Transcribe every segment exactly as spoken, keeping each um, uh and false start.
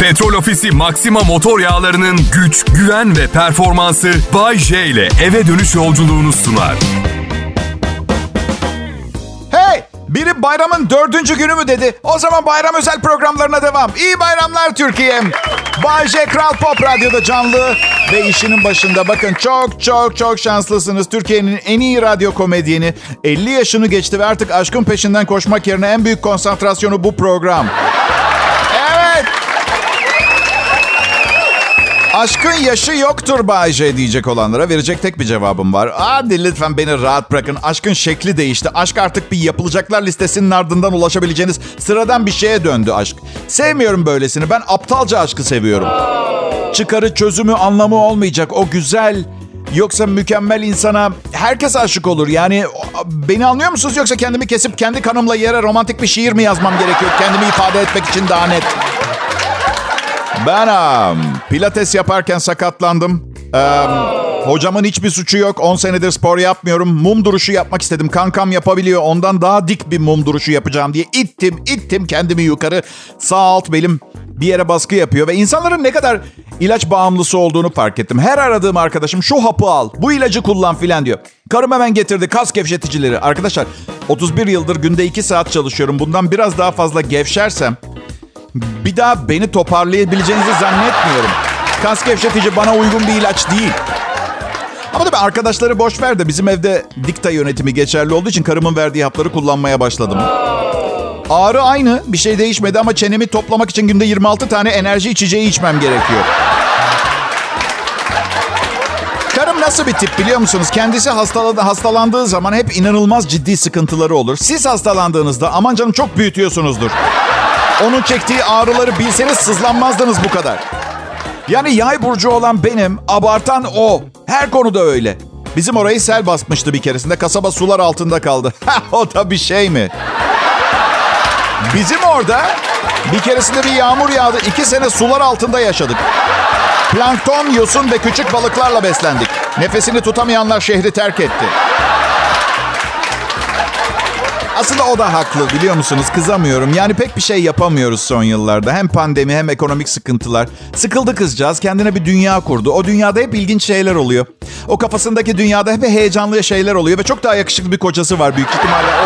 Petrol Ofisi Maxima motor yağlarının güç, güven ve performansı Bay J ile eve dönüş yolculuğunu sunar. Hey! Biri bayramın dördüncü günü mü dedi? O zaman bayram özel programlarına devam. İyi bayramlar Türkiye. Bay J Kral Pop Radyo'da canlı ve işinin başında. Bakın çok çok çok şanslısınız. Türkiye'nin en iyi radyo komedyeni. elli yaşını geçti ve artık aşkın peşinden koşmak yerine en büyük konsantrasyonu bu program. Evet. Aşkın yaşı yoktur Bay J diyecek olanlara verecek tek bir cevabım var. Hadi lütfen beni rahat bırakın. Aşkın şekli değişti. Aşk artık bir yapılacaklar listesinin ardından ulaşabileceğiniz sıradan bir şeye döndü aşk. Sevmiyorum böylesini. Ben aptalca aşkı seviyorum. Çıkarı, çözümü, anlamı olmayacak. O güzel, yoksa mükemmel insana herkes aşık olur. Yani beni anlıyor musunuz? Yoksa kendimi kesip kendi kanımla yere romantik bir şiir mi yazmam gerekiyor? Kendimi ifade etmek için daha net. Ben um, pilates yaparken sakatlandım. Um, hocamın hiçbir suçu yok. on senedir spor yapmıyorum. Mum duruşu yapmak istedim. Kankam yapabiliyor. Ondan daha dik bir mum duruşu yapacağım diye ittim, ittim kendimi yukarı. Sağ alt belim bir yere baskı yapıyor. Ve insanların ne kadar ilaç bağımlısı olduğunu fark ettim. Her aradığım arkadaşım şu hapı al, bu ilacı kullan filan diyor. Karım hemen getirdi kas gevşeticileri. Arkadaşlar otuz bir yıldır günde iki saat çalışıyorum. Bundan biraz daha fazla gevşersem bir daha beni toparlayabileceğinizi zannetmiyorum. Kas gevşetici bana uygun bir ilaç değil. Ama tabii arkadaşları boş ver de bizim evde dikta yönetimi geçerli olduğu için karımın verdiği hapları kullanmaya başladım. Ağrı aynı, bir şey değişmedi ama çenemi toplamak için günde yirmi altı tane enerji içeceği içmem gerekiyor. Karım nasıl bir tip biliyor musunuz? Kendisi hastalandı, hastalandığı zaman hep inanılmaz ciddi sıkıntıları olur. Siz hastalandığınızda aman canım çok büyütüyorsunuzdur. Onun çektiği ağrıları bilseniz sızlanmazdınız bu kadar. Yani yay burcu olan benim, abartan o. Her konuda öyle. Bizim orayı sel basmıştı bir keresinde. Kasaba sular altında kaldı. O da bir şey mi? Bizim orada bir keresinde bir yağmur yağdı. İki sene sular altında yaşadık. Plankton, yosun ve küçük balıklarla beslendik. Nefesini tutamayanlar şehri terk etti. Aslında o da haklı biliyor musunuz? Kızamıyorum. Yani pek bir şey yapamıyoruz son yıllarda. Hem pandemi hem ekonomik sıkıntılar. Sıkıldı kızcağız. Kendine bir dünya kurdu. O dünyada hep ilginç şeyler oluyor. O kafasındaki dünyada hep heyecanlı şeyler oluyor. Ve çok daha yakışıklı bir kocası var büyük ihtimalle. O...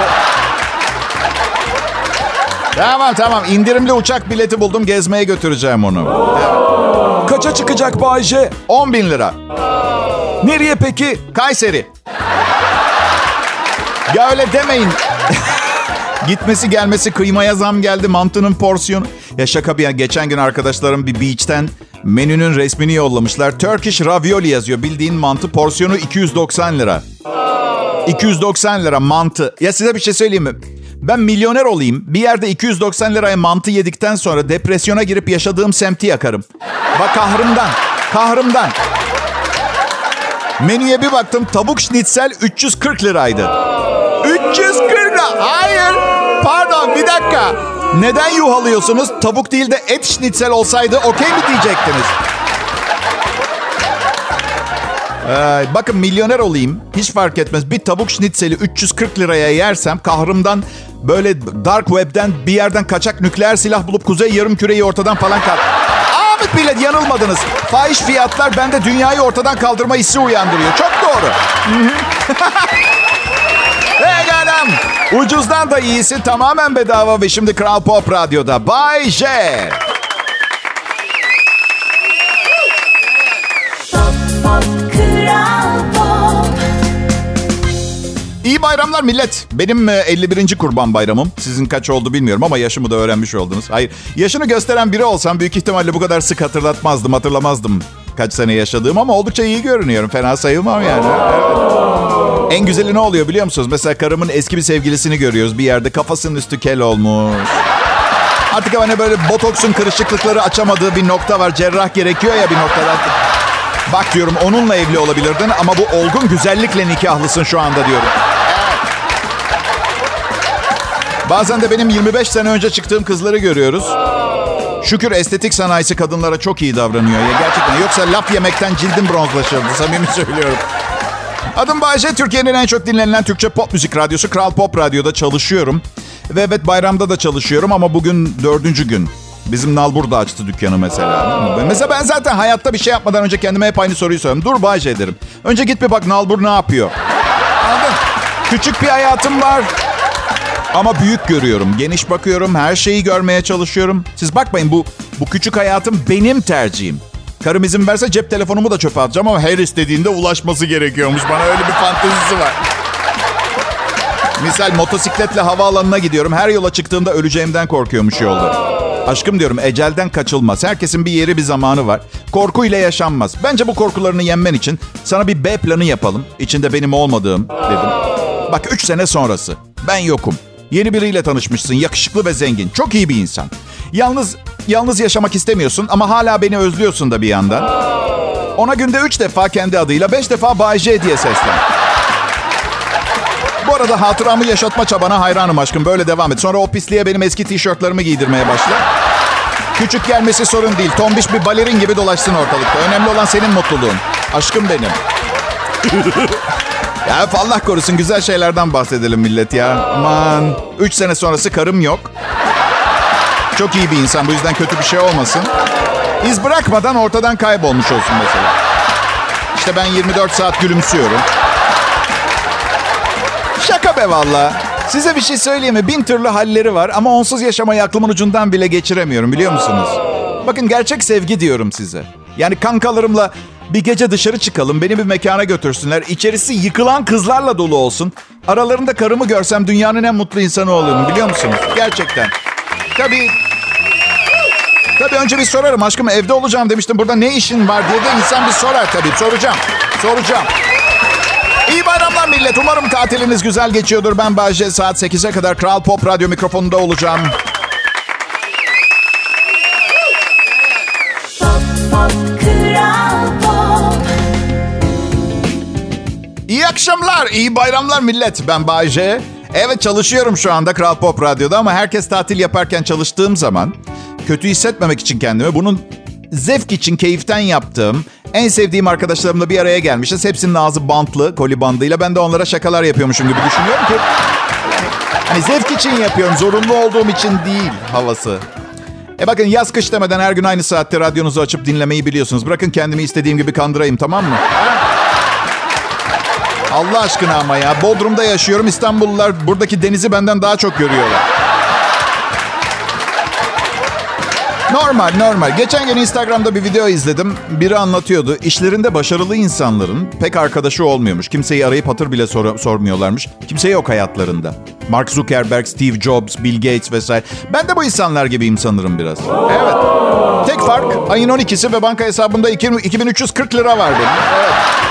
Tamam tamam. İndirimli uçak bileti buldum. Gezmeye götüreceğim onu. Kaça çıkacak Bay J? on bin lira. Nereye peki? Kayseri. Ya öyle demeyin. Gitmesi gelmesi kıymaya zam geldi. Mantının porsiyonu. Ya şaka bir yana. Geçen gün arkadaşlarım bir beach'ten menünün resmini yollamışlar. Turkish ravioli yazıyor. Bildiğin mantı porsiyonu iki yüz doksan lira. iki yüz doksan lira mantı. Ya size bir şey söyleyeyim mi? Ben milyoner olayım. Bir yerde iki yüz doksan liraya mantı yedikten sonra depresyona girip yaşadığım semti yakarım. Bak kahrımdan. Kahrımdan. Menüye bir baktım. Tavuk şnitzel üç yüz kırk liraydı. üç yüz kırk lira. Hayır. Pardon bir dakika. Neden yuhalıyorsunuz? Tavuk değil de et şnitzel olsaydı okey mi diyecektiniz? Ee, bakın milyoner olayım. Hiç fark etmez. Bir tavuk şnitseli üç yüz kırk liraya yersem kahrımdan böyle dark web'den bir yerden kaçak nükleer silah bulup kuzey yarımküreyi ortadan falan kal... Ahmet bile yanılmadınız. Fahiş fiyatlar bende dünyayı ortadan kaldırma hissi uyandırıyor. Çok doğru. Hey adam. Ucuzdan da iyisi tamamen bedava ve şimdi Kral Pop Radyo'da Bay J. İyi bayramlar millet. Benim elli birinci kurban bayramım. Sizin kaç oldu bilmiyorum ama yaşımı da öğrenmiş oldunuz. Hayır, yaşını gösteren biri olsam büyük ihtimalle bu kadar sık hatırlatmazdım, hatırlamazdım kaç sene yaşadığım ama oldukça iyi görünüyorum. Fena sayılmam yani. Evet. En güzeli ne oluyor biliyor musunuz? Mesela karımın eski bir sevgilisini görüyoruz bir yerde. Kafasının üstü kel olmuş. Artık hani böyle botoksun kırışıklıkları açamadığı bir nokta var. Cerrah gerekiyor ya bir noktada. Bak diyorum onunla evli olabilirdin ama bu olgun güzellikle nikahlısın şu anda diyorum. Bazen de benim yirmi beş sene önce çıktığım kızları görüyoruz. Şükür estetik sanayisi kadınlara çok iyi davranıyor ya gerçekten. Yoksa laf yemekten cildim bronzlaşırdı, samimi söylüyorum. Adım Bay J, Türkiye'nin en çok dinlenilen Türkçe pop müzik radyosu Kral Pop Radyo'da çalışıyorum. Ve evet bayramda da çalışıyorum ama bugün dördüncü gün. Bizim Nalbur da açtı dükkanı mesela. Mesela ben zaten hayatta bir şey yapmadan önce kendime hep aynı soruyu soruyorum. Dur Bay J derim. Önce git bir bak Nalbur ne yapıyor. Anladın? Küçük bir hayatım var. Ama büyük görüyorum. Geniş bakıyorum. Her şeyi görmeye çalışıyorum. Siz bakmayın bu bu küçük hayatım benim tercihim. Karım izin verse cep telefonumu da çöpe atacağım ama her istediğinde ulaşması gerekiyormuş. Bana öyle bir fantezisi var. Misal motosikletle havaalanına gidiyorum. Her yola çıktığımda öleceğimden korkuyormuş yolda. Aşkım diyorum ecelden kaçılmaz. Herkesin bir yeri bir zamanı var. Korku ile yaşanmaz. Bence bu korkularını yenmen için sana bir B planı yapalım. İçinde benim olmadığım dedim. Bak üç sene sonrası. Ben yokum. Yeni biriyle tanışmışsın. Yakışıklı ve zengin. Çok iyi bir insan. Yalnız yalnız yaşamak istemiyorsun ama hala beni özlüyorsun da bir yandan. Ona günde üç defa kendi adıyla, beş defa Bay J diye seslen. Bu arada hatıramı yaşatma çabana hayranım aşkım. Böyle devam et. Sonra o pisliğe benim eski tişörtlerimi giydirmeye başla. Küçük gelmesi sorun değil. Tombiş bir balerin gibi dolaşsın ortalıkta. Önemli olan senin mutluluğun. Aşkım benim. Ya Allah korusun güzel şeylerden bahsedelim millet ya. Aman. Üç sene sonrası karım yok. Çok iyi bir insan. Bu yüzden kötü bir şey olmasın. İz bırakmadan ortadan kaybolmuş olsun mesela. İşte ben yirmi dört saat gülümsüyorum. Şaka be valla. Size bir şey söyleyeyim mi? Bin türlü halleri var ama onsuz yaşamayı aklımın ucundan bile geçiremiyorum biliyor musunuz? Bakın gerçek sevgi diyorum size. Yani kankalarımla bir gece dışarı çıkalım, beni bir mekana götürsünler. İçerisi yıkılan kızlarla dolu olsun. Aralarında karımı görsem dünyanın en mutlu insanı olurum biliyor musunuz? Gerçekten. Tabii... Tabii önce bir sorarım aşkım evde olacağım demiştim. Burada ne işin var diye de insan bir sorar tabii. Soracağım. Soracağım. İyi bayramlar millet. Umarım tatiliniz güzel geçiyordur. Ben Bay J. Saat sekize kadar Kral Pop Radyo mikrofonunda olacağım. Pop, pop, Kral Pop. İyi akşamlar, iyi bayramlar millet. Ben Bay J. Evet çalışıyorum şu anda Kral Pop Radyo'da ama herkes tatil yaparken çalıştığım zaman kötü hissetmemek için kendimi bunun zevk için keyiften yaptığım en sevdiğim arkadaşlarımla bir araya gelmişiz. Hepsinin ağzı bantlı, koli bandıyla. Ben de onlara şakalar yapıyormuşum gibi düşünüyorum ki. Hani zevk için yapıyorum, zorunlu olduğum için değil havası. E bakın yaz kış demeden her gün aynı saatte radyonuzu açıp dinlemeyi biliyorsunuz. Bırakın kendimi istediğim gibi kandırayım tamam mı? Allah aşkına ama ya. Bodrum'da yaşıyorum. İstanbullular buradaki denizi benden daha çok görüyorlar. Normal, normal. Geçen gün Instagram'da bir video izledim. Biri anlatıyordu. İşlerinde başarılı insanların pek arkadaşı olmuyormuş. Kimseyi arayıp hatır bile sor- sormuyorlarmış. Kimse yok hayatlarında. Mark Zuckerberg, Steve Jobs, Bill Gates vesaire. Ben de bu insanlar gibiyim sanırım biraz. Evet. Tek fark ayın on ikisi ve banka hesabımda iki bin üç yüz kırk lira var benim. Evet.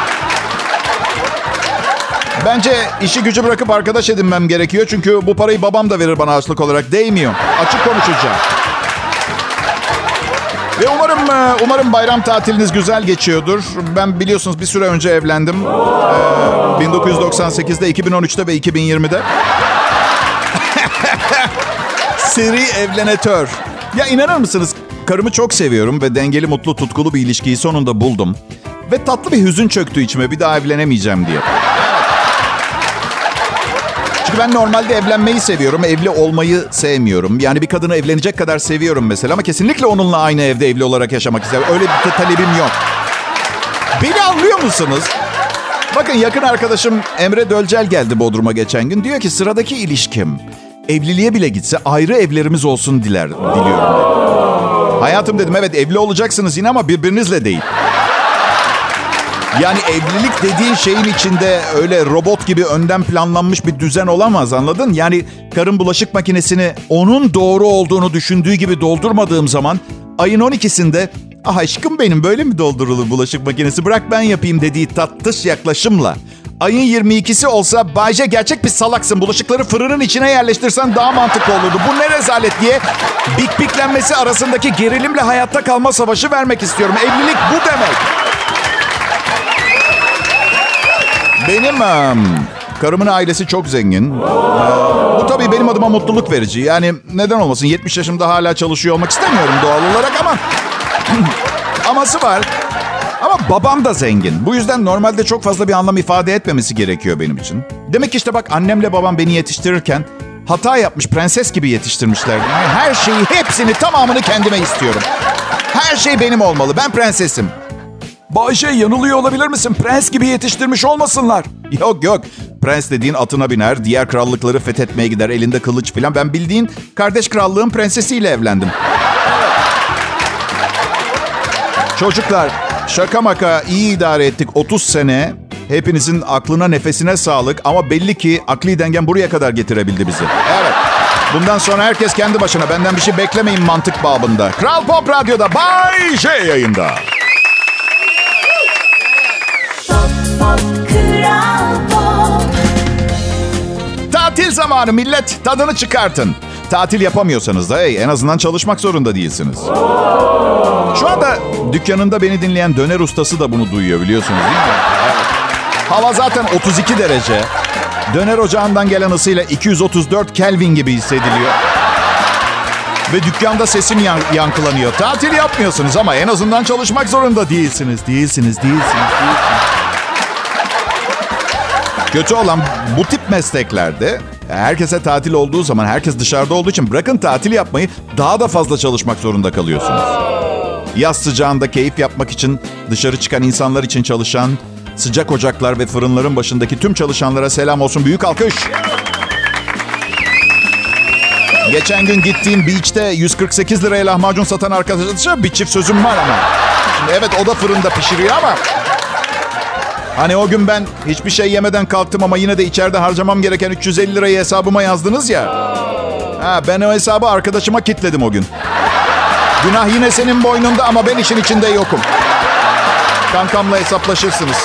Bence işi gücü bırakıp arkadaş edinmem gerekiyor. Çünkü bu parayı babam da verir bana harçlık olarak. Değmiyor. Açık konuşacağım. Ve umarım umarım bayram tatiliniz güzel geçiyordur. Ben biliyorsunuz bir süre önce evlendim. Ee, bin dokuz yüz doksan sekizde, iki bin on üçte ve iki bin yirmide. Seri evlenetör. Ya inanır mısınız? Karımı çok seviyorum ve dengeli, mutlu, tutkulu bir ilişkiyi sonunda buldum. Ve tatlı bir hüzün çöktü içime bir daha evlenemeyeceğim diye. Çünkü ben normalde evlenmeyi seviyorum, evli olmayı sevmiyorum. Yani bir kadını evlenecek kadar seviyorum mesela ama kesinlikle onunla aynı evde evli olarak yaşamak istiyorum. Öyle bir talebim yok. Beni anlıyor musunuz? Bakın yakın arkadaşım Emre Dölcel geldi Bodrum'a geçen gün. Diyor ki sıradaki ilişkim evliliğe bile gitse ayrı evlerimiz olsun diler, diliyorum dedi. Hayatım dedim evet evli olacaksınız yine ama birbirinizle değil. Yani evlilik dediğin şeyin içinde öyle robot gibi önden planlanmış bir düzen olamaz anladın? Yani karın bulaşık makinesini onun doğru olduğunu düşündüğü gibi doldurmadığım zaman ayın on ikisinde ah aşkım benim böyle mi doldurulur bulaşık makinesi bırak ben yapayım dediği tatlış yaklaşımla ayın yirmi ikisi olsa Bay J gerçek bir salaksın bulaşıkları fırının içine yerleştirsen daha mantıklı olurdu. Bu ne rezalet diye bik biklenmesi arasındaki gerilimle hayatta kalma savaşı vermek istiyorum. Evlilik bu demek. Benim um, karımın ailesi çok zengin. Ee, bu tabii benim adıma mutluluk verici. Yani neden olmasın yetmiş yaşımda hala çalışıyor olmak istemiyorum doğal olarak ama... aması var. Ama babam da zengin. Bu yüzden normalde çok fazla bir anlam ifade etmemesi gerekiyor benim için. Demek ki işte bak annemle babam beni yetiştirirken hata yapmış, prenses gibi yetiştirmişler. Yani her şeyi, hepsini, tamamını kendime istiyorum. Her şey benim olmalı. Ben prensesim. Bayşe, yanılıyor olabilir misin? Prens gibi yetiştirmiş olmasınlar. Yok yok. Prens dediğin atına biner, diğer krallıkları fethetmeye gider, elinde kılıç falan. Ben bildiğin kardeş krallığın prensesiyle evlendim. Çocuklar, şaka maka iyi idare ettik otuz sene. Hepinizin aklına, nefesine sağlık. Ama belli ki akli dengem buraya kadar getirebildi bizi. Evet. Bundan sonra herkes kendi başına. Benden bir şey beklemeyin mantık babında. Kral Pop Radyo'da Bay J yayında. Tatil zamanı millet, tadını çıkartın. Tatil yapamıyorsanız da hey, en azından çalışmak zorunda değilsiniz. Şu anda dükkanında beni dinleyen döner ustası da bunu duyuyor, biliyorsunuz değil mi? Evet. Hava zaten otuz iki derece. Döner ocağından gelen ısıyla iki yüz otuz dört Kelvin gibi hissediliyor. Ve dükkanda sesim yan- yankılanıyor. Tatil yapmıyorsunuz ama en azından çalışmak zorunda değilsiniz. Değilsiniz, değilsiniz, değilsiniz. Kötü olan bu tip mesleklerde herkese tatil olduğu zaman, herkes dışarıda olduğu için bırakın tatil yapmayı, daha da fazla çalışmak zorunda kalıyorsunuz. Yaz sıcağında keyif yapmak için dışarı çıkan insanlar için çalışan, sıcak ocaklar ve fırınların başındaki tüm çalışanlara selam olsun. Büyük alkış. Geçen gün gittiğim beach'te yüz kırk sekiz liraya lahmacun satan arkadaşa bir çift sözüm var ama. Şimdi evet, o da fırında pişiriyor ama... Hani o gün ben hiçbir şey yemeden kalktım ama yine de içeride harcamam gereken üç yüz elli lirayı hesabıma yazdınız ya. Ha, ben o hesabı arkadaşıma kilitledim o gün. Günah yine senin boynunda ama ben işin içinde yokum. Kankamla hesaplaşırsınız.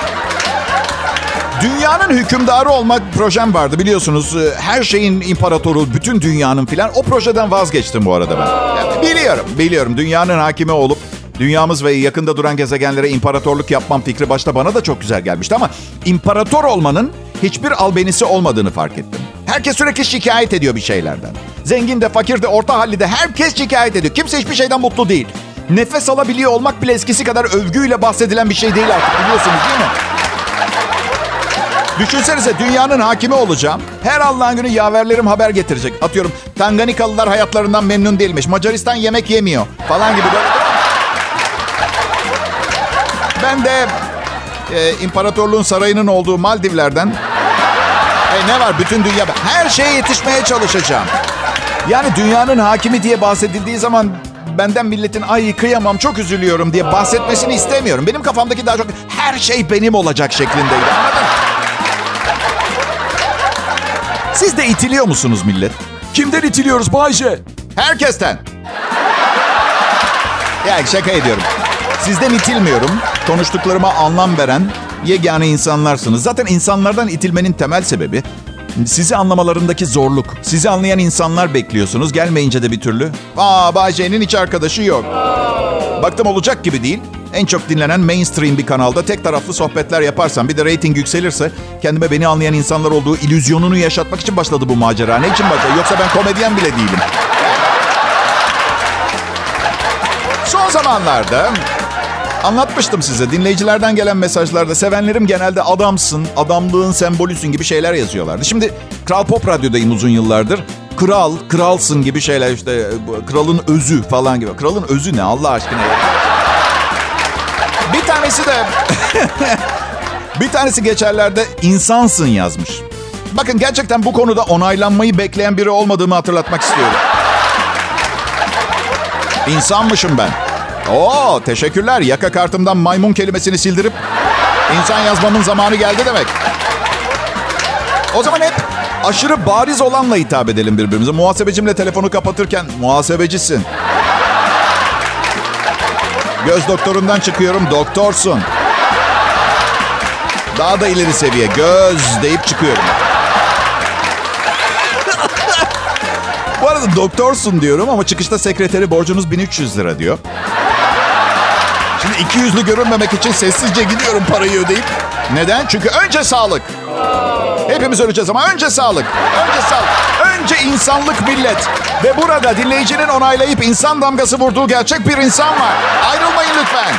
Dünyanın hükümdarı olmak projem vardı, biliyorsunuz. Her şeyin imparatoru, bütün dünyanın filan. O projeden vazgeçtim bu arada ben. Yani biliyorum, biliyorum. Dünyanın hakimi olup dünyamız ve yakında duran gezegenlere imparatorluk yapmam fikri başta bana da çok güzel gelmişti. Ama imparator olmanın hiçbir albenisi olmadığını fark ettim. Herkes sürekli şikayet ediyor bir şeylerden. Zengin de, fakir de, orta halli de herkes şikayet ediyor. Kimse hiçbir şeyden mutlu değil. Nefes alabiliyor olmak bile eskisi kadar övgüyle bahsedilen bir şey değil artık, biliyorsunuz değil mi? Düşünsenize, dünyanın hakimi olacağım. Her Allah'ın günü yaverlerim haber getirecek. Atıyorum, Tanganikalılar hayatlarından memnun değilmiş. Macaristan yemek yemiyor falan gibi böyle. Ben de e, imparatorluğun sarayının olduğu Maldivler'den e, ne var, bütün dünya, her şeye yetişmeye çalışacağım. Yani dünyanın hakimi diye bahsedildiği zaman benden milletin ay kıyamam, çok üzülüyorum diye bahsetmesini istemiyorum. Benim kafamdaki daha çok her şey benim olacak şeklindeydi, anladın? Siz de itiliyor musunuz millet? Kimden itiliyoruz Bayce? Herkesten. Ya şaka ediyorum. Sizden itilmiyorum. Konuştuklarıma anlam veren yegane insanlarsınız. Zaten insanlardan itilmenin temel sebebi sizi anlamalarındaki zorluk. Sizi anlayan insanlar bekliyorsunuz. Gelmeyince de bir türlü. Aa, Bayce'nin hiç arkadaşı yok. Baktım olacak gibi değil. En çok dinlenen mainstream bir kanalda tek taraflı sohbetler yaparsam, bir de reyting yükselirse, kendime beni anlayan insanlar olduğu illüzyonunu yaşatmak için başladı bu macera. Ne için başladı? Yoksa ben komedyen bile değilim. Son zamanlarda anlatmıştım size. Dinleyicilerden gelen mesajlarda sevenlerim genelde adamsın, adamlığın sembolüsün gibi şeyler yazıyorlardı. Şimdi Kral Pop Radyo'dayım uzun yıllardır. Kral, kralsın gibi şeyler, işte kralın özü falan gibi. Kralın özü ne Allah aşkına ya? Bir tanesi de bir tanesi geçerlerde insansın yazmış. Bakın, gerçekten bu konuda onaylanmayı bekleyen biri olmadığımı hatırlatmak istiyorum. İnsanmışım ben. Oo, teşekkürler. Yaka kartımdan maymun kelimesini sildirip insan yazmamın zamanı geldi demek. O zaman hep aşırı bariz olanla hitap edelim birbirimize. Muhasebecimle telefonu kapatırken muhasebecisin. Göz doktorundan çıkıyorum, doktorsun. Daha da ileri seviye, göz deyip çıkıyorum. Bu arada doktorsun diyorum ama çıkışta sekreteri borcunuz bin üç yüz lira diyor. Şimdi iki yüzlü görünmemek için sessizce gidiyorum parayı ödeyip. Neden? Çünkü önce sağlık. Hepimiz öleceğiz ama önce sağlık. Önce sağlık. Önce insanlık millet. Ve burada dinleyicinin onaylayıp insan damgası vurduğu gerçek bir insan var. Ayrılmayın lütfen.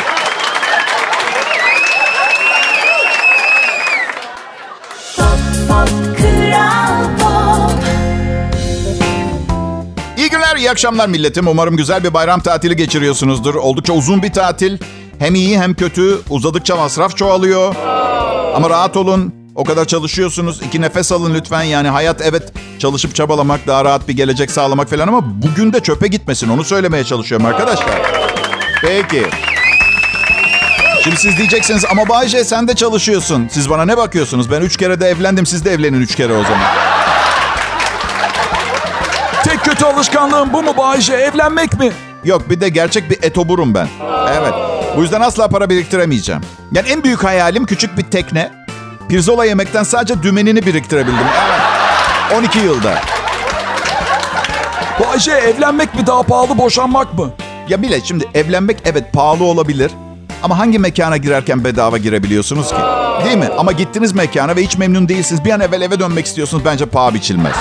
Pop, pop, Kral Pop. iyi akşamlar milletim. Umarım güzel bir bayram tatili geçiriyorsunuzdur. Oldukça uzun bir tatil. Hem iyi hem kötü. Uzadıkça masraf çoğalıyor. Ama rahat olun. O kadar çalışıyorsunuz. İki nefes alın lütfen. Yani hayat evet çalışıp çabalamak, daha rahat bir gelecek sağlamak falan ama bugün de çöpe gitmesin. Onu söylemeye çalışıyorum arkadaşlar. Peki. Şimdi siz diyeceksiniz ama Bayce sen de çalışıyorsun. Siz bana ne bakıyorsunuz? Ben üç kere de evlendim. Siz de evlenin üç kere o zaman. Tek kötü alışkanlığım bu mu Bayce? Evlenmek mi? Yok bir de gerçek bir etoburum ben. Evet. Bu yüzden asla para biriktiremeyeceğim. Yani en büyük hayalim küçük bir tekne. Pirzola yemekten sadece dümenini biriktirebildim. Evet. on iki yılda. Bayce evlenmek mi daha pahalı, boşanmak mı? Ya bile şimdi evlenmek evet pahalı olabilir. Ama hangi mekana girerken bedava girebiliyorsunuz ki? Değil mi? Ama gittiniz mekana ve hiç memnun değilsiniz. Bir an evvel eve dönmek istiyorsunuz. Bence paha biçilmez.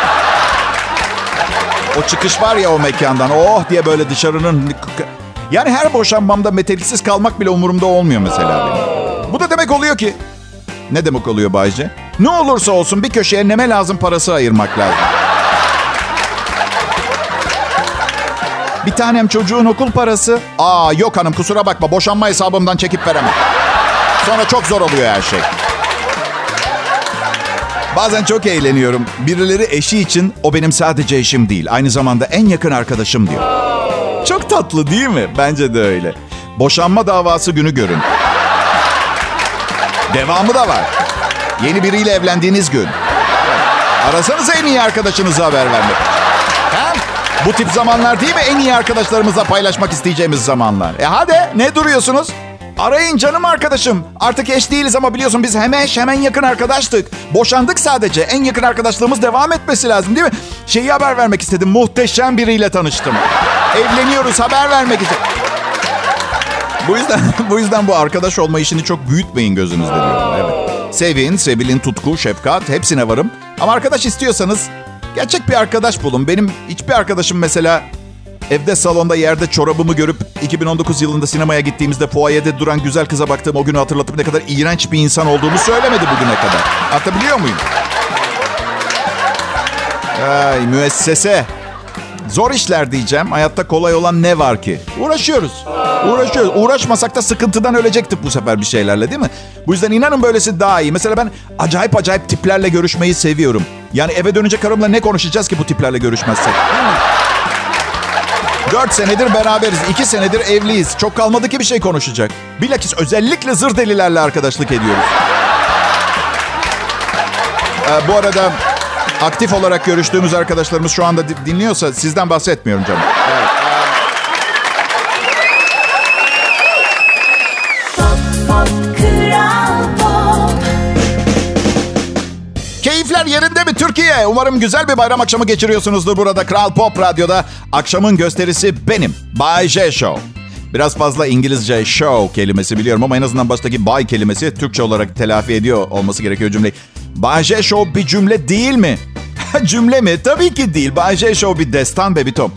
O çıkış var ya o mekandan. Oh diye böyle dışarının... Yani her boşanmamda meteliksiz kalmak bile umurumda olmuyor mesela benim. Bu da demek oluyor ki... Ne demek oluyor Bayce? Ne olursa olsun bir köşeye neme lazım parası ayırmak lazım. Bir tanem çocuğun okul parası. Aa yok hanım kusura bakma boşanma hesabımdan çekip veremem. Sonra çok zor oluyor her şey. Bazen çok eğleniyorum. Birileri eşi için o benim sadece eşim değil. Aynı zamanda en yakın arkadaşım diyor. Çok tatlı değil mi? Bence de öyle. Boşanma davası günü görün. Devamı da var. Yeni biriyle evlendiğiniz gün. Arasanıza en iyi arkadaşınıza haber vermek. Ha? Bu tip zamanlar değil mi en iyi arkadaşlarımızla paylaşmak isteyeceğimiz zamanlar? E hadi ne duruyorsunuz? Arayın canım arkadaşım. Artık eş değiliz ama biliyorsun biz hem eş hemen yakın arkadaştık. Boşandık sadece. En yakın arkadaşlığımız devam etmesi lazım değil mi? Şeyi haber vermek istedim. Muhteşem biriyle tanıştım. Evleniyoruz haber vermek için. Bu yüzden bu yüzden bu arkadaş olma işini çok büyütmeyin gözünüzde diyorum. Evet. Sevin, sevilin, tutku, şefkat hepsine varım. Ama arkadaş istiyorsanız gerçek bir arkadaş bulun. Benim hiçbir arkadaşım mesela evde salonda yerde çorabımı görüp iki bin on dokuz yılında sinemaya gittiğimizde fuayede duran güzel kıza baktığım o günü hatırlatıp ne kadar iğrenç bir insan olduğumu söylemedi bugüne kadar. Anlatabiliyor muyum? Ay müessese. Zor işler diyeceğim. Hayatta kolay olan ne var ki? Uğraşıyoruz. Uğraşıyoruz. Uğraşmasak da sıkıntıdan ölecektik bu sefer bir şeylerle değil mi? Bu yüzden inanın böylesi daha iyi. Mesela ben acayip acayip tiplerle görüşmeyi seviyorum. Yani eve dönünce karımla ne konuşacağız ki bu tiplerle görüşmezsek? Dört senedir beraberiz. iki senedir evliyiz. Çok kalmadı ki bir şey konuşacak. Bilakis özellikle zır delilerle arkadaşlık ediyoruz. Ee, bu arada aktif olarak görüştüğümüz arkadaşlarımız şu anda dinliyorsa sizden bahsetmiyorum canım. Evet. Keyifler yerinde mi Türkiye? Umarım güzel bir bayram akşamı geçiriyorsunuzdur burada Kral Pop Radyo'da. Akşamın gösterisi benim. Bay J Show. Biraz fazla İngilizce show kelimesi biliyorum ama en azından baştaki bay kelimesi Türkçe olarak telafi ediyor olması gerekiyor cümleyi. Bay J Show bir cümle değil mi? Cümle mi? Tabii ki değil. Bay J Show bir destan be bir top.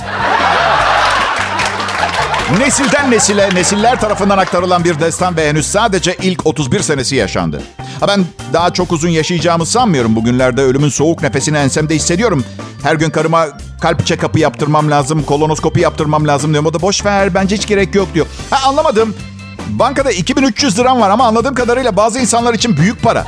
Nesilden nesile, nesiller tarafından aktarılan bir destan ve henüz sadece ilk otuz bir senesi yaşandı. Ha ben daha çok uzun yaşayacağımı sanmıyorum. Bugünlerde ölümün soğuk nefesini ensemde hissediyorum. Her gün karıma kalp check-up'ı yaptırmam lazım, kolonoskopi yaptırmam lazım diyorum. O da boş ver, bence hiç gerek yok diyor. Ha anlamadım. Bankada iki bin üç yüz liram var ama anladığım kadarıyla bazı insanlar için büyük para.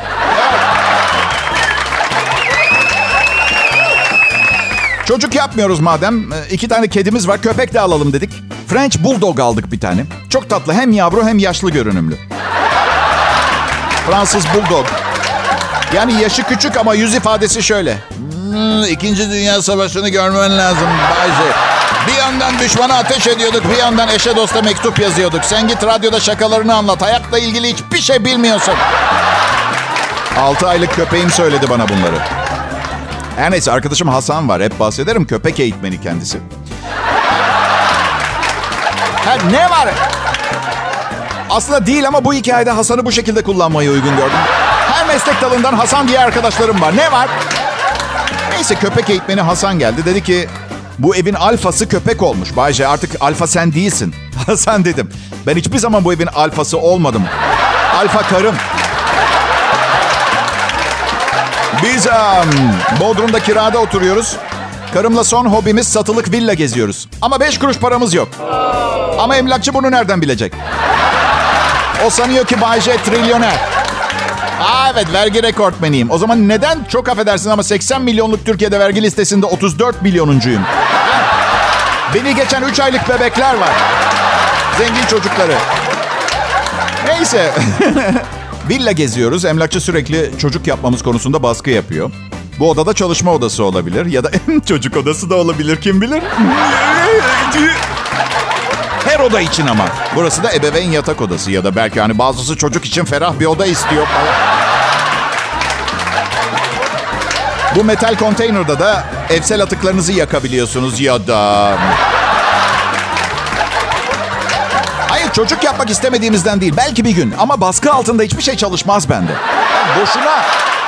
Çocuk yapmıyoruz madem. İki tane kedimiz var. Köpek de alalım dedik. French Bulldog aldık bir tane. Çok tatlı. Hem yavru hem yaşlı görünümlü. Fransız Bulldog. Yani yaşı küçük ama yüz ifadesi şöyle. Hmm, İkinci Dünya Savaşı'nı görmen lazım Bayce. Bir yandan düşmana ateş ediyorduk. Bir yandan eşe dosta mektup yazıyorduk. Sen git radyoda şakalarını anlat. Hayatla ilgili hiçbir şey bilmiyorsun. Altı aylık köpeğim söyledi bana bunları. Her neyse arkadaşım Hasan var. Hep bahsederim. Köpek eğitmeni kendisi. Ha, ne var? Aslında değil ama bu hikayede Hasan'ı bu şekilde kullanmayı uygun gördüm. Her meslek dalından Hasan diye arkadaşlarım var. Ne var? Neyse köpek eğitmeni Hasan geldi. Dedi ki bu evin alfası köpek olmuş. Bayce artık alfa sen değilsin. Hasan dedim. Ben hiçbir zaman bu evin alfası olmadım. Alfa karım. Biz um, Bodrum'da kirada oturuyoruz. Karımla son hobimiz satılık villa geziyoruz. Ama beş kuruş paramız yok. Ama emlakçı bunu nereden bilecek? O sanıyor ki Bay J trilyoner. Aa evet, vergi rekortmeniyim. O zaman neden, çok affedersin ama seksen milyonluk Türkiye'de vergi listesinde otuz dört milyonuncuyum? Beni geçen üç aylık bebekler var. Zengin çocukları. Neyse. Villa geziyoruz. Emlakçı sürekli çocuk yapmamız konusunda baskı yapıyor. Bu odada çalışma odası olabilir. Ya da çocuk odası da olabilir, kim bilir. Her oda için ama. Burası da ebeveyn yatak odası. Ya da belki hani bazısı çocuk için ferah bir oda istiyor falan. Bu metal konteynerda da evsel atıklarınızı yakabiliyorsunuz ya da... Hayır, çocuk yapmak istemediğimizden değil. Belki bir gün, ama baskı altında hiçbir şey çalışmaz bende. Yani boşuna.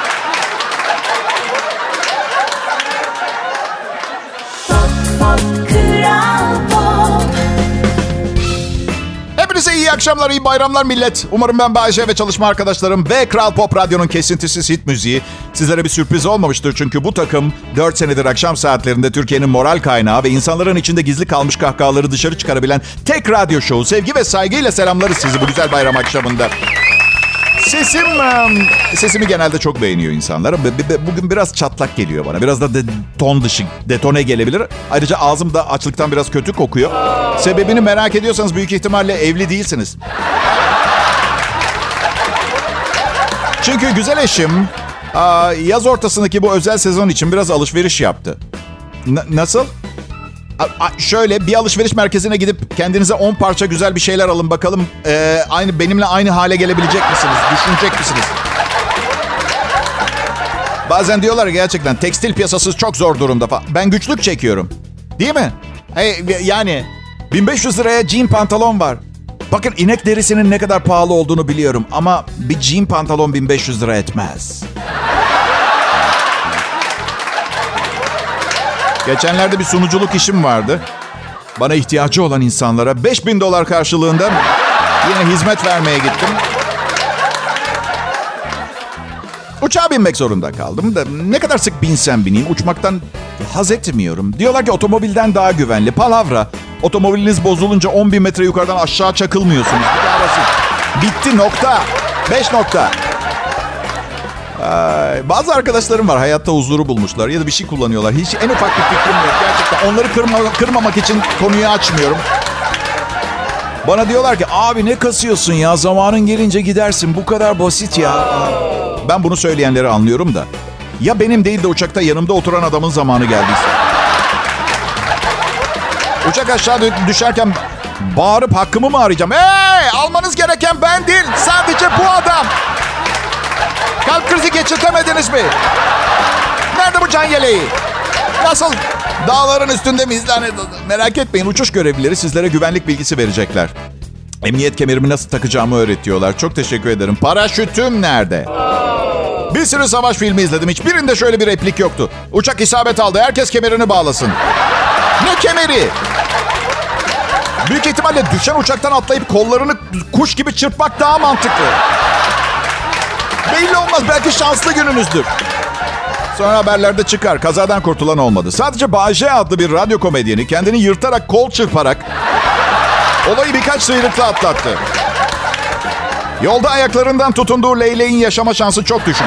Hepinize iyi akşamlar, iyi bayramlar millet. Umarım ben Bay J ve çalışma arkadaşlarım ve Kral Pop Radyo'nun kesintisiz hit müziği sizlere bir sürpriz olmamıştır. Çünkü bu takım dört senedir akşam saatlerinde Türkiye'nin moral kaynağı ve insanların içinde gizli kalmış kahkahaları dışarı çıkarabilen tek radyo şovu. Sevgi ve saygıyla selamlarız sizi bu güzel bayram akşamında. Sesim, sesimi genelde çok beğeniyor insanlar. Bugün biraz çatlak geliyor bana. Biraz da de, ton dışı, detone gelebilir. Ayrıca ağzım da açlıktan biraz kötü kokuyor. Sebebini merak ediyorsanız büyük ihtimalle evli değilsiniz. Çünkü güzel eşim yaz ortasındaki bu özel sezon için biraz alışveriş yaptı. N- nasıl? Şöyle bir alışveriş merkezine gidip kendinize on parça güzel bir şeyler alın bakalım. Ee, aynı benimle aynı hale gelebilecek misiniz? Düşünecek misiniz? Bazen diyorlar gerçekten tekstil piyasası çok zor durumda falan. Ben güçlük çekiyorum. Değil mi? Hey, yani bin beş yüz liraya jean pantolon var. Bakın, inek derisinin ne kadar pahalı olduğunu biliyorum. Ama bir jean pantolon bin beş yüz lira etmez. Geçenlerde bir sunuculuk işim vardı. Bana ihtiyacı olan insanlara beş bin dolar karşılığında yine hizmet vermeye gittim. Uçağa binmek zorunda kaldım da ne kadar sık binsem bineyim uçmaktan haz etmiyorum. Diyorlar ki otomobilden daha güvenli. Palavra. Otomobiliniz bozulunca on bin metre yukarıdan aşağı çakılmıyorsunuz. Bitti, nokta. Beş nokta. Ay, bazı arkadaşlarım var, hayatta huzuru bulmuşlar ya da bir şey kullanıyorlar. Hiç en ufak bir fikrim yok gerçekten. Onları kırma, kırmamak için konuyu açmıyorum. Bana diyorlar ki abi ne kasıyorsun ya, zamanın gelince gidersin, bu kadar basit ya. Ben bunu söyleyenleri anlıyorum da. Ya benim değil de uçakta yanımda oturan adamın zamanı geldiyse. Uçak aşağı düşerken bağırıp hakkımı mı arayacağım? Hey, almanız gereken ben değil, sadece bu adam. Kalp krizi geçirtemediniz mi? Nerede bu can yeleği? Nasıl? Dağların üstünde miyiz? Merak etmeyin, uçuş görevlileri sizlere güvenlik bilgisi verecekler. Emniyet kemerimi nasıl takacağımı öğretiyorlar. Çok teşekkür ederim. Paraşütüm nerede? Bir sürü savaş filmi izledim. Hiçbirinde şöyle bir replik yoktu. Uçak isabet aldı, herkes kemerini bağlasın. Ne kemeri? Büyük ihtimalle düşen uçaktan atlayıp kollarını kuş gibi çırpmak daha mantıklı. Belli olmaz, belki şanslı gününüzdür. Sonra haberlerde çıkar, kazadan kurtulan olmadı. Sadece Bay J adlı bir radyo komedyeni kendini yırtarak, kol çırparak olayı birkaç sıyrıkla atlattı. Yolda ayaklarından tutunduğu leyleğin yaşama şansı çok düşük.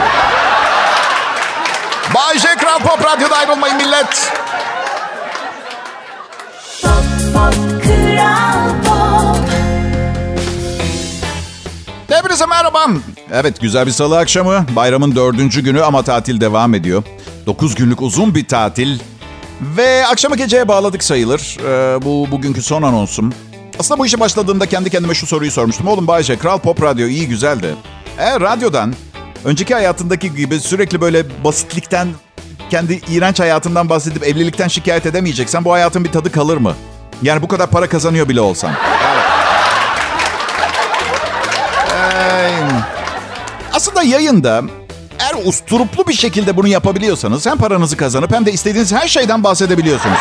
Bay J Kral Pop Radyo'da ayrılmayın millet. Pop, pop, Kral Pop. Hepinize merhaba. Evet, güzel bir salı akşamı. Bayramın dördüncü günü ama tatil devam ediyor. Dokuz günlük uzun bir tatil. Ve akşamı geceye bağladık sayılır. Ee, bu bugünkü son anonsum. Aslında bu işe başladığımda kendi kendime şu soruyu sormuştum. Oğlum Bay J, Kral Pop Radyo iyi güzel de. Eğer radyodan önceki hayatındaki gibi sürekli böyle basitlikten, kendi iğrenç hayatından bahsedip evlilikten şikayet edemeyeceksen bu hayatın bir tadı kalır mı? Yani bu kadar para kazanıyor bile olsan. Aslında yayında eğer usturuplu bir şekilde bunu yapabiliyorsanız hem paranızı kazanıp hem de istediğiniz her şeyden bahsedebiliyorsunuz.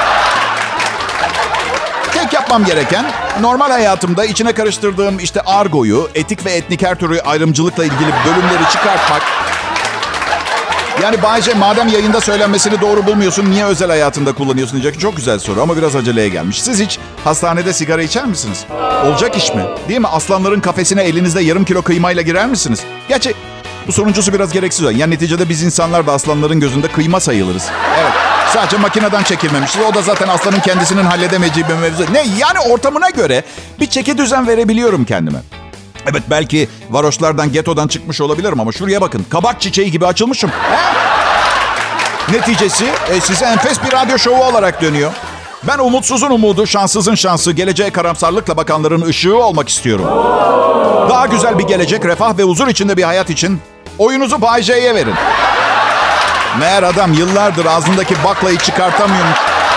Tek yapmam gereken normal hayatımda içine karıştırdığım işte argoyu, etik ve etnik her türlü ayrımcılıkla ilgili bölümleri çıkartmak Yani Bay J, madem yayında söylenmesini doğru bulmuyorsun, niye özel hayatında kullanıyorsun diyecek. Çok güzel soru ama biraz aceleye gelmiş. Siz hiç hastanede sigara içer misiniz? Olacak iş mi? Değil mi? Aslanların kafesine elinizde yarım kilo kıymayla girer misiniz? Gerçi bu sonuncusu biraz gereksiz. Yani neticede biz insanlar da aslanların gözünde kıyma sayılırız. Evet. Sadece makineden çekilmemiştir. O da zaten aslanın kendisinin halledemeyeceği bir mevzu. Ne? Yani ortamına göre bir çeki düzen verebiliyorum kendime. Evet, belki varoşlardan, getodan çıkmış olabilirim ama şuraya bakın. Kabak çiçeği gibi açılmışım. He? Neticesi e, size enfes bir radyo şovu olarak dönüyor. Ben umutsuzun umudu, şanssızın şansı, geleceğe karamsarlıkla bakanların ışığı olmak istiyorum. Daha güzel bir gelecek, refah ve huzur içinde bir hayat için oyunuzu Bay J'ye verin. Meğer adam yıllardır ağzındaki baklayı çıkartamıyormuş.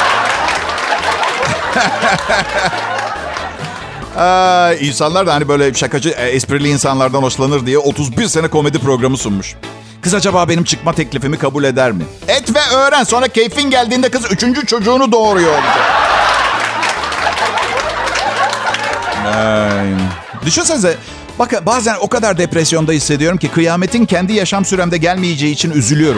Ee, insanlar da hani böyle şakacı, esprili insanlardan hoşlanır diye otuz bir sene komedi programı sunmuş. Kız acaba benim çıkma teklifimi kabul eder mi? Et ve öğren, sonra keyfin geldiğinde kız üçüncü çocuğunu doğuruyor olacak. Ay. Düşünsenize, bakın bazen o kadar depresyonda hissediyorum ki kıyametin kendi yaşam süremde gelmeyeceği için üzülüyorum.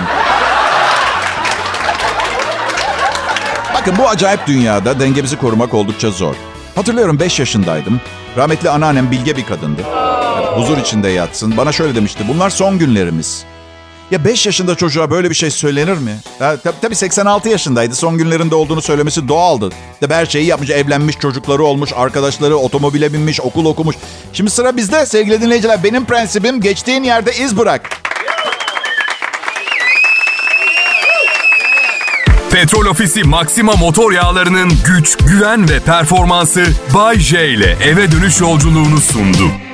Bakın, bu acayip dünyada dengemizi korumak oldukça zor. Hatırlıyorum, beş yaşındaydım. Rahmetli anneannem bilge bir kadındı. Yani huzur içinde yatsın. Bana şöyle demişti: bunlar son günlerimiz. Ya beş yaşında çocuğa böyle bir şey söylenir mi? Ya, tab- tabii seksen altı yaşındaydı. Son günlerinde olduğunu söylemesi doğaldı. Tabii her şeyi yapmış, evlenmiş, çocukları olmuş, arkadaşları, otomobile binmiş, okul okumuş. Şimdi sıra bizde sevgili dinleyiciler. Benim prensibim, geçtiğin yerde iz bırak. Petrol Ofisi Maxima motor yağlarının güç, güven ve performansı Bay J ile eve dönüş yolculuğunu sundu.